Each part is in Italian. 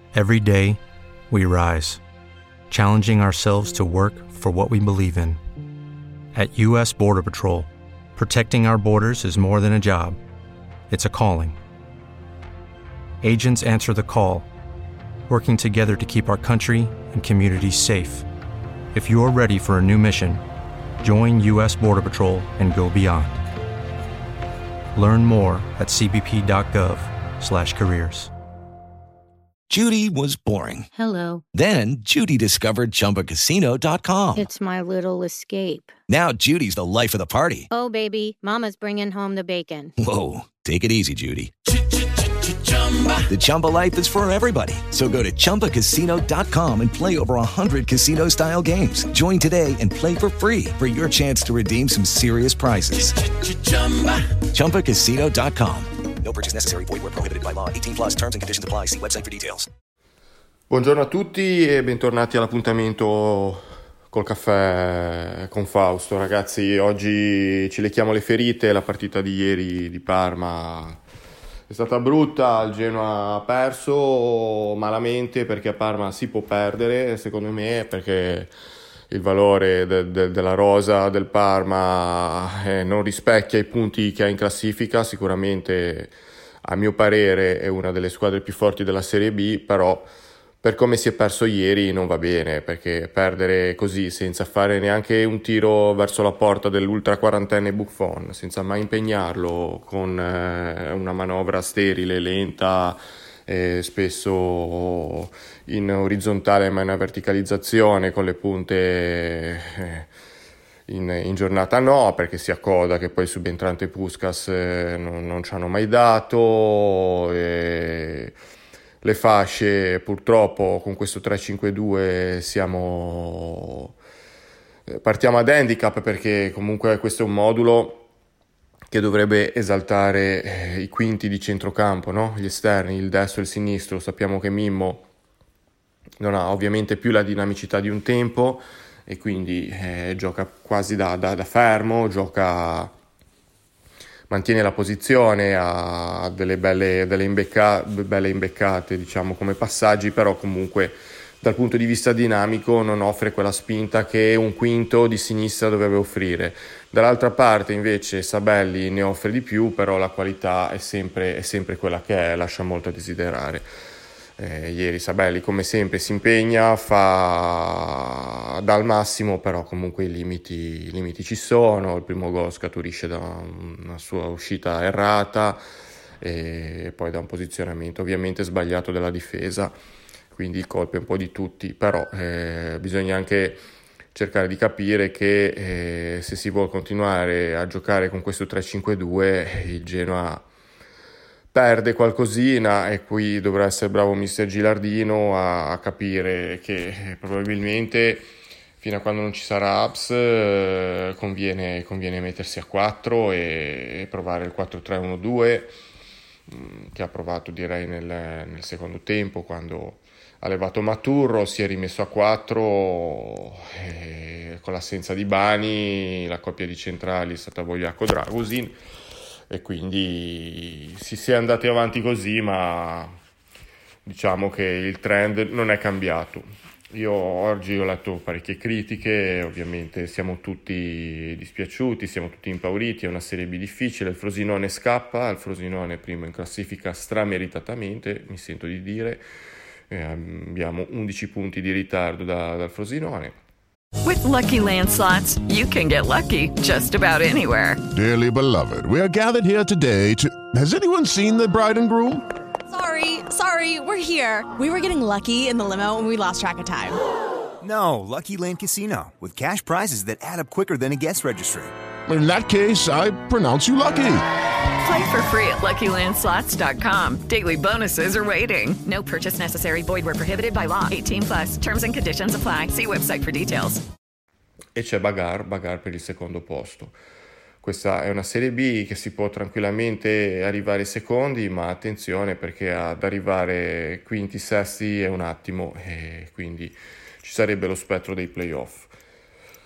Every day, we rise, challenging ourselves to work for what we believe in. At U.S. Border Patrol, protecting our borders is more than a job. It's a calling. Agents answer the call, working together to keep our country and communities safe. If you're ready for a new mission, join U.S. Border Patrol and go beyond. Learn more at cbp.gov/careers. Judy was boring. Hello. Then Judy discovered ChumbaCasino.com. It's my little escape. Now Judy's the life of the party. Oh, baby, mama's bringing home the bacon. Whoa, take it easy, Judy. The Chumba life is for everybody. So go to ChumbaCasino.com and play over 100 casino-style games. Join today and play for free for your chance to redeem some serious prizes. ChumbaCasino.com. No purchase necessary. Void where prohibited by law. 18+ terms and conditions apply. See website for details. Buongiorno a tutti e bentornati all'appuntamento col caffè con Fausto. Ragazzi, oggi ci lecchiamo le ferite. La partita di ieri di Parma è stata brutta. Il Genoa ha perso malamente, perché a Parma si può perdere, secondo me, perché il valore della rosa del Parma non rispecchia i punti che ha in classifica. Sicuramente, a mio parere, è una delle squadre più forti della Serie B, però per come si è perso ieri non va bene, perché perdere così senza fare neanche un tiro verso la porta dell'ultra quarantenne Buffon, senza mai impegnarlo, con una manovra sterile, lenta, spesso in orizzontale ma in una verticalizzazione, con le punte in giornata no, perché si accoda che poi il subentrante Puskás non ci hanno mai dato, e le fasce purtroppo con questo 3-5-2 partiamo ad handicap, perché comunque questo è un modulo che dovrebbe esaltare i quinti di centrocampo, no? Gli esterni, il destro e il sinistro. Sappiamo che Mimmo non ha ovviamente più la dinamicità di un tempo e quindi gioca quasi da fermo, mantiene la posizione, ha delle belle imbeccate, diciamo, come passaggi, però comunque dal punto di vista dinamico non offre quella spinta che un quinto di sinistra dovrebbe offrire. Dall'altra parte invece Sabelli ne offre di più, però la qualità è sempre quella che è, lascia molto a desiderare. Ieri Sabelli come sempre si impegna, dà al massimo, però comunque i limiti ci sono. Il primo gol scaturisce da una sua uscita errata e poi da un posizionamento ovviamente sbagliato della difesa, quindi il colpo è un po' di tutti, però bisogna anche cercare di capire che se si vuole continuare a giocare con questo 3-5-2 il Genoa perde qualcosina, e qui dovrà essere bravo mister Gilardino a capire che probabilmente fino a quando non ci sarà Abs conviene mettersi a 4 e provare il 4-3-1-2 che ha provato, direi, nel secondo tempo, quando ha levato Maturro, si è rimesso a 4 con l'assenza di Bani, la coppia di centrali è stata Vogliacco-Dragusin, e quindi si è andati avanti così, ma diciamo che il trend non è cambiato. Io oggi ho letto parecchie critiche, ovviamente siamo tutti dispiaciuti, siamo tutti impauriti, è una Serie B difficile, il Frosinone scappa, il Frosinone è primo in classifica strameritatamente, mi sento di dire, abbiamo 11 punti di ritardo dal Frosinone. With Lucky Land Slots, you can get lucky just about anywhere. Dearly beloved, we are gathered here today to... Has anyone seen the bride and groom? Sorry, we're here. We were getting lucky in the limo and we lost track of time. No, Lucky Land Casino, with cash prizes that add up quicker than a guest registry. In that case, I pronounce you lucky. Play for free at LuckyLandSlots.com. Daily bonuses are waiting. No purchase necessary. Void where prohibited by law. 18+. Terms and conditions apply. See website for details. E c'è Bagar per il secondo posto. Questa è una Serie B che si può tranquillamente arrivare secondi, ma attenzione, perché ad arrivare quinti, sesti è un attimo, e quindi ci sarebbe lo spettro dei playoff.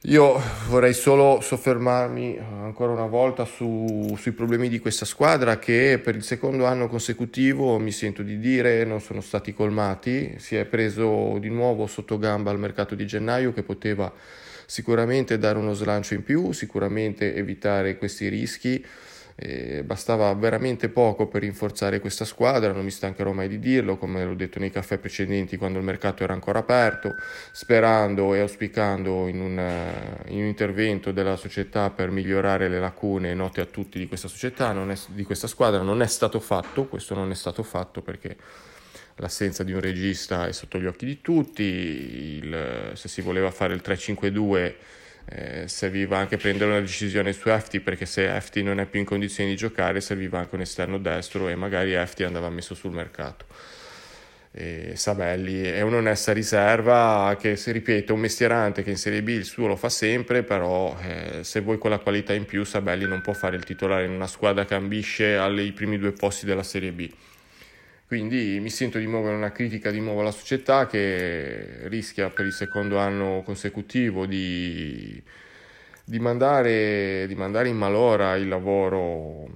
Io vorrei solo soffermarmi ancora una volta sui problemi di questa squadra che per il secondo anno consecutivo, mi sento di dire, non sono stati colmati. Si è preso di nuovo sotto gamba al mercato di gennaio, che poteva sicuramente dare uno slancio in più, sicuramente evitare questi rischi. Bastava veramente poco per rinforzare questa squadra, non mi stancherò mai di dirlo, come l'ho detto nei caffè precedenti quando il mercato era ancora aperto, sperando e auspicando in un intervento della società per migliorare le lacune note a tutti di questa società, di questa squadra. Non è stato fatto, questo non è stato fatto perché l'assenza di un regista è sotto gli occhi di tutti. Se si voleva fare il 3-5-2 serviva anche prendere una decisione su Efti, perché se Efti non è più in condizioni di giocare serviva anche un esterno destro e magari Efti andava messo sul mercato. Sabelli è un'onesta riserva che, se ripeto, un mestierante che in Serie B il suo lo fa sempre, però se vuoi quella qualità in più Sabelli non può fare il titolare in una squadra che ambisce ai primi 2 posti della Serie B. Quindi mi sento di muovere una critica di nuovo alla società, che rischia per il secondo anno consecutivo di mandare in malora il lavoro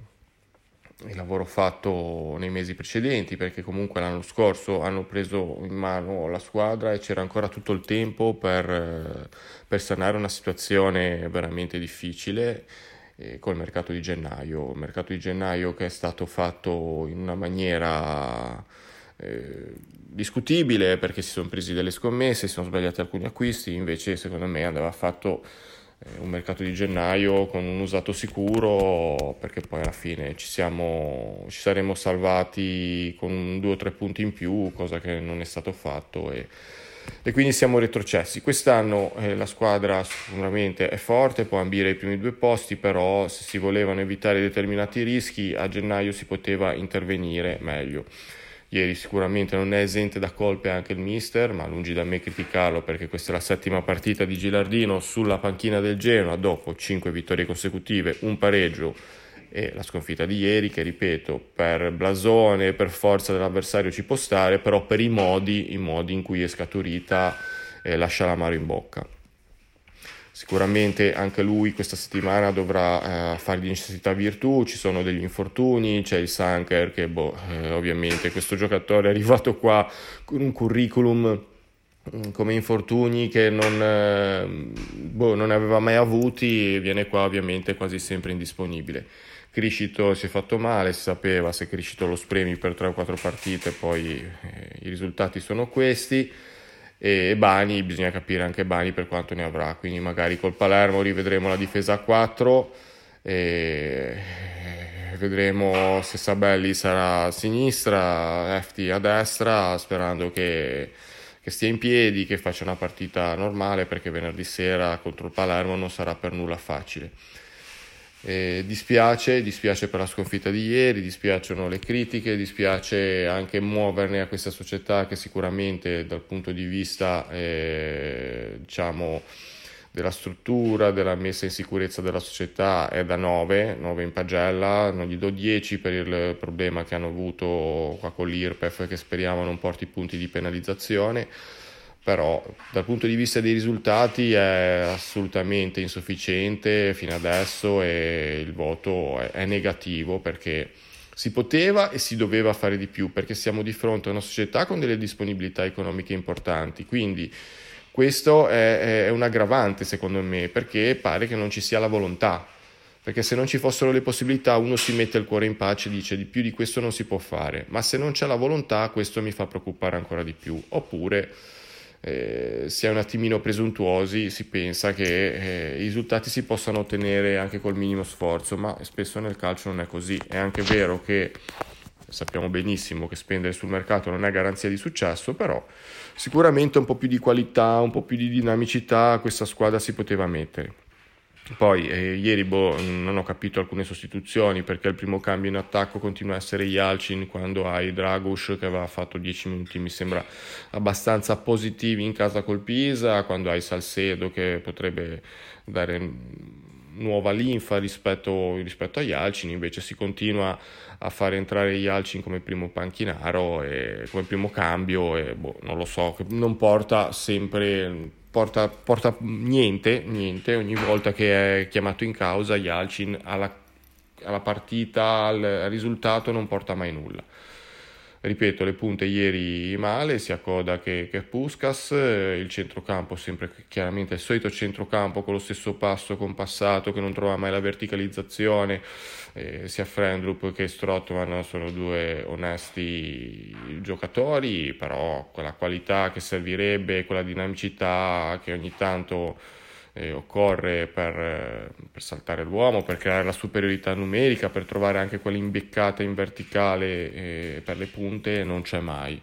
fatto nei mesi precedenti, perché comunque l'anno scorso hanno preso in mano la squadra e c'era ancora tutto il tempo per sanare una situazione veramente difficile. Col mercato di gennaio che è stato fatto in una maniera discutibile, perché si sono presi delle scommesse, si sono sbagliati alcuni acquisti. Invece secondo me andava fatto un mercato di gennaio con un usato sicuro, perché poi alla fine ci saremmo salvati con 2 o 3 punti in più, cosa che non è stato fatto, e quindi siamo retrocessi. Quest'anno la squadra sicuramente è forte, può ambire ai primi 2 posti, però se si volevano evitare determinati rischi a gennaio si poteva intervenire meglio. Ieri sicuramente non è esente da colpe anche il mister, ma lungi da me criticarlo, perché questa è la 7ª partita di Gilardino sulla panchina del Genoa dopo 5 vittorie consecutive, un pareggio e la sconfitta di ieri, che ripeto, per blasone e per forza dell'avversario ci può stare, però per i modi in cui è scaturita lascia l'amaro in bocca. Sicuramente anche lui questa settimana dovrà fare di necessità virtù. Ci sono degli infortuni, c'è il Sanker che ovviamente questo giocatore è arrivato qua con un curriculum come infortuni che non aveva mai avuti, e viene qua ovviamente quasi sempre indisponibile. Criscito si è fatto male, si sapeva, se Criscito lo spremi per 3 o 4 partite poi i risultati sono questi. E Bani, bisogna capire anche Bani per quanto ne avrà, quindi magari col Palermo rivedremo la difesa a 4 e vedremo se Sabelli sarà a sinistra, Efti a destra, sperando che stia in piedi, che faccia una partita normale, perché venerdì sera contro il Palermo non sarà per nulla facile. Dispiace per la sconfitta di ieri, dispiacciono le critiche, dispiace anche muoverne a questa società che sicuramente dal punto di vista della struttura, della messa in sicurezza della società è da 9 in pagella. Non gli do 10 per il problema che hanno avuto qua con l'IRPEF, che speriamo non porti punti di penalizzazione, però dal punto di vista dei risultati è assolutamente insufficiente fino adesso, e il voto è negativo, perché si poteva e si doveva fare di più, perché siamo di fronte a una società con delle disponibilità economiche importanti. Quindi questo è un aggravante secondo me, perché pare che non ci sia la volontà, perché se non ci fossero le possibilità uno si mette il cuore in pace e dice di più di questo non si può fare, ma se non c'è la volontà questo mi fa preoccupare ancora di più. Oppure si è un attimino presuntuosi, si pensa che i risultati si possano ottenere anche col minimo sforzo, ma spesso nel calcio non è così. È anche vero che sappiamo benissimo che spendere sul mercato non è garanzia di successo, però sicuramente un po' più di qualità, un po' più di dinamicità questa squadra si poteva mettere. Poi ieri non ho capito alcune sostituzioni, perché il primo cambio in attacco continua a essere Yalcin, quando hai Draguš che aveva fatto 10 minuti mi sembra abbastanza positivi in casa col Pisa, quando hai Salcedo che potrebbe dare nuova linfa rispetto a Yalcin. Invece si continua a fare entrare Yalcin come primo panchinaro e come primo cambio, e non lo so, che non porta sempre porta niente ogni volta che è chiamato in causa. Yalcin alla partita, al risultato non porta mai nulla. Ripeto, le punte ieri male, sia Coda che Puskás, il centrocampo sempre chiaramente il solito centrocampo con lo stesso passo compassato che non trova mai la verticalizzazione, sia Frendrup che Strootman sono due onesti giocatori, però quella qualità che servirebbe, quella dinamicità che ogni tanto occorre per saltare l'uomo, per creare la superiorità numerica, per trovare anche quell'imbeccata in verticale per le punte, non c'è mai.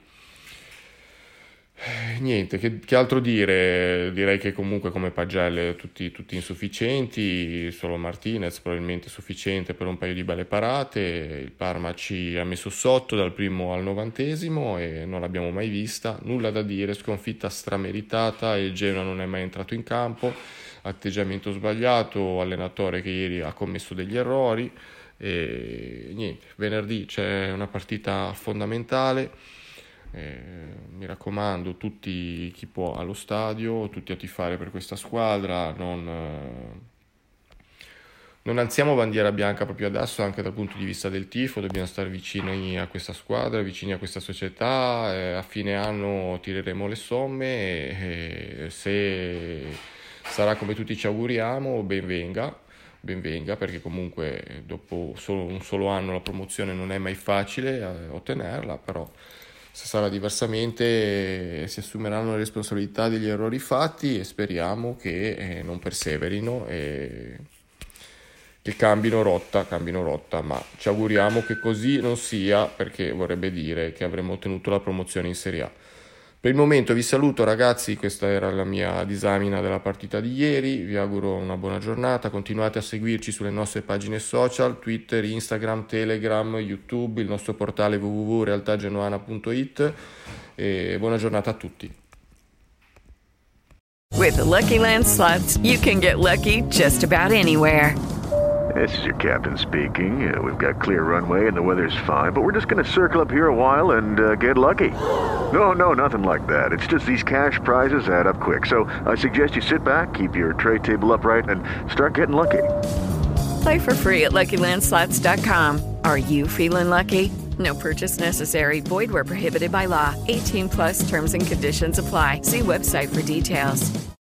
Niente, che altro dire? Direi che comunque come pagelle tutti insufficienti, solo Martinez probabilmente sufficiente per un paio di belle parate. Il Parma ci ha messo sotto dal primo al 90° e non l'abbiamo mai vista, nulla da dire, sconfitta strameritata, il Genoa non è mai entrato in campo, atteggiamento sbagliato, allenatore che ieri ha commesso degli errori e niente, venerdì c'è una partita fondamentale. Mi raccomando, tutti, chi può allo stadio, tutti a tifare per questa squadra, non alziamo bandiera bianca proprio adesso, anche dal punto di vista del tifo dobbiamo stare vicini a questa squadra, vicini a questa società, a fine anno tireremo le somme e se sarà come tutti ci auguriamo, ben venga, perché comunque dopo un solo anno la promozione non è mai facile ottenerla, però se sarà diversamente si assumeranno le responsabilità degli errori fatti e speriamo che non perseverino e che cambino rotta, ma ci auguriamo che così non sia, perché vorrebbe dire che avremmo ottenuto la promozione in Serie A. Per il momento vi saluto ragazzi, questa era la mia disamina della partita di ieri, vi auguro una buona giornata, continuate a seguirci sulle nostre pagine social, Twitter, Instagram, Telegram, YouTube, il nostro portale www.realtagenoana.it e buona giornata a tutti. With the Lucky Land Slots, you can get lucky just about anywhere. This is your captain speaking. We've got clear runway and the weather's fine, but we're just going to circle up here a while and get lucky. No, nothing like that. It's just these cash prizes add up quick. So I suggest you sit back, keep your tray table upright, and start getting lucky. Play for free at LuckyLandSlots.com. Are you feeling lucky? No purchase necessary. Void where prohibited by law. 18+ terms and conditions apply. See website for details.